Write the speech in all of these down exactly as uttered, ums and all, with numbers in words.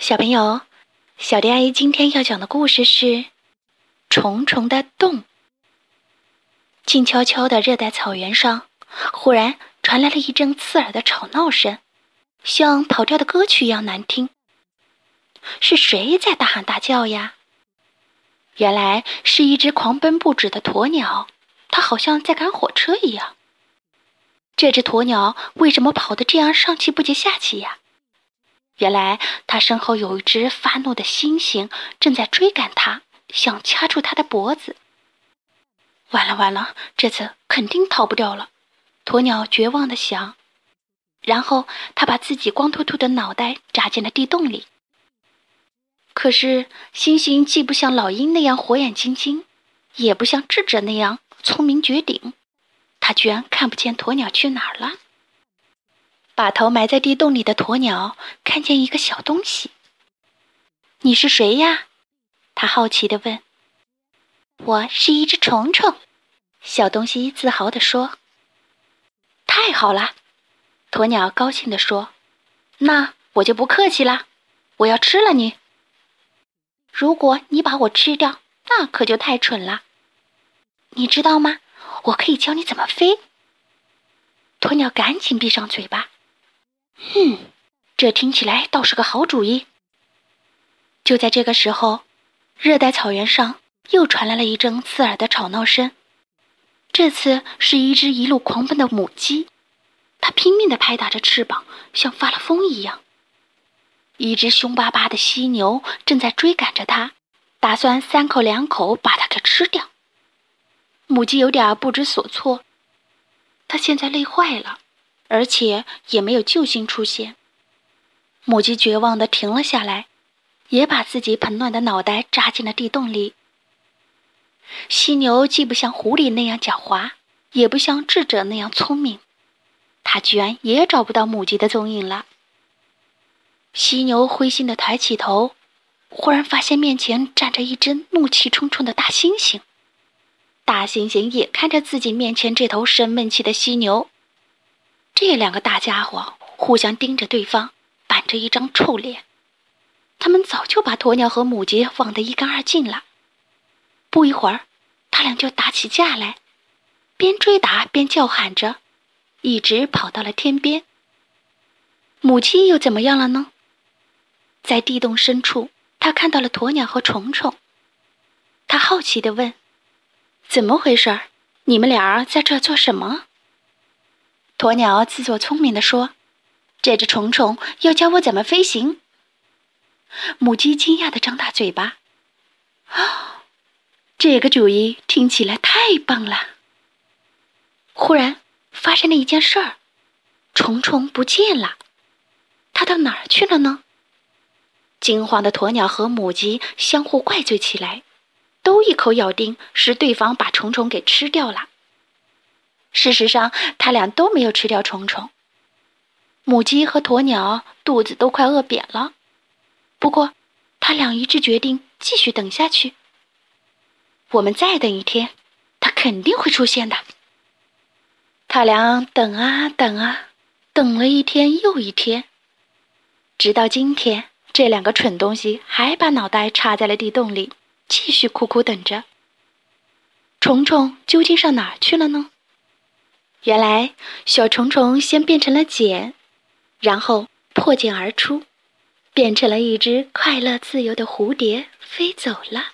小朋友，小迪阿姨今天要讲的故事是《虫虫的洞》。静悄悄的热带草原上，忽然传来了一阵刺耳的吵闹声，像跑调的歌曲一样难听。是谁在大喊大叫呀？原来是一只狂奔不止的鸵鸟，它好像在赶火车一样。这只鸵鸟为什么跑得这样上气不接下气呀？原来它身后有一只发怒的猩猩正在追赶它，想掐住它的脖子。完了完了，这次肯定逃不掉了，鸵鸟绝望地想。然后它把自己光秃秃的脑袋扎进了地洞里。可是猩猩既不像老鹰那样火眼金睛，也不像智者那样聪明绝顶，它居然看不见鸵鸟去哪儿了。把头埋在地洞里的鸵鸟看见一个小东西。你是谁呀？他好奇地问。我是一只虫虫，小东西自豪地说。太好了，鸵鸟高兴地说。那我就不客气了，我要吃了你。如果你把我吃掉，那可就太蠢了。你知道吗？我可以教你怎么飞。鸵鸟赶紧闭上嘴巴。嗯，这听起来倒是个好主意。就在这个时候，热带草原上又传来了一阵刺耳的吵闹声。这次是一只一路狂奔的母鸡，它拼命地拍打着翅膀，像发了疯一样。一只凶巴巴的犀牛正在追赶着它，打算三口两口把它给吃掉。母鸡有点不知所措，它现在累坏了，而且也没有救星出现。母鸡绝望地停了下来，也把自己蓬乱的脑袋扎进了地洞里。犀牛既不像狐狸那样狡猾，也不像智者那样聪明，它居然也找不到母鸡的踪影了。犀牛灰心地抬起头，忽然发现面前站着一只怒气冲冲的大猩猩。大猩猩也看着自己面前这头生闷气的犀牛，这两个大家伙互相盯着对方，板着一张臭脸。他们早就把鸵鸟和母鸡忘得一干二净了。不一会儿，他俩就打起架来，边追打边叫喊着，一直跑到了天边。母鸡又怎么样了呢？在地洞深处，他看到了鸵鸟和虫虫。他好奇地问：怎么回事？你们俩在这做什么？鸵鸟自作聪明地说：这只虫虫要教我怎么飞行。母鸡惊讶地张大嘴巴。啊，这个主意听起来太棒了。忽然发生了一件事儿，虫虫不见了，它到哪儿去了呢？惊慌的鸵鸟和母鸡相互怪罪起来，都一口咬定是对方把虫虫给吃掉了。事实上，他俩都没有吃掉虫虫。母鸡和鸵鸟肚子都快饿扁了，不过他俩一致决定继续等下去。我们再等一天，它肯定会出现的。他俩等啊等啊，等了一天又一天，直到今天，这两个蠢东西还把脑袋插在了地洞里，继续苦苦等着。虫虫究竟上哪儿去了呢？原来小虫虫先变成了茧，然后破茧而出，变成了一只快乐自由的蝴蝶，飞走了。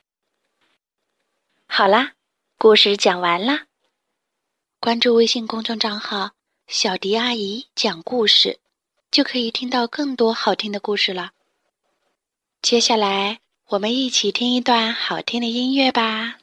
好啦，故事讲完啦。关注微信公众账号小迪阿姨讲故事，就可以听到更多好听的故事了。接下来我们一起听一段好听的音乐吧。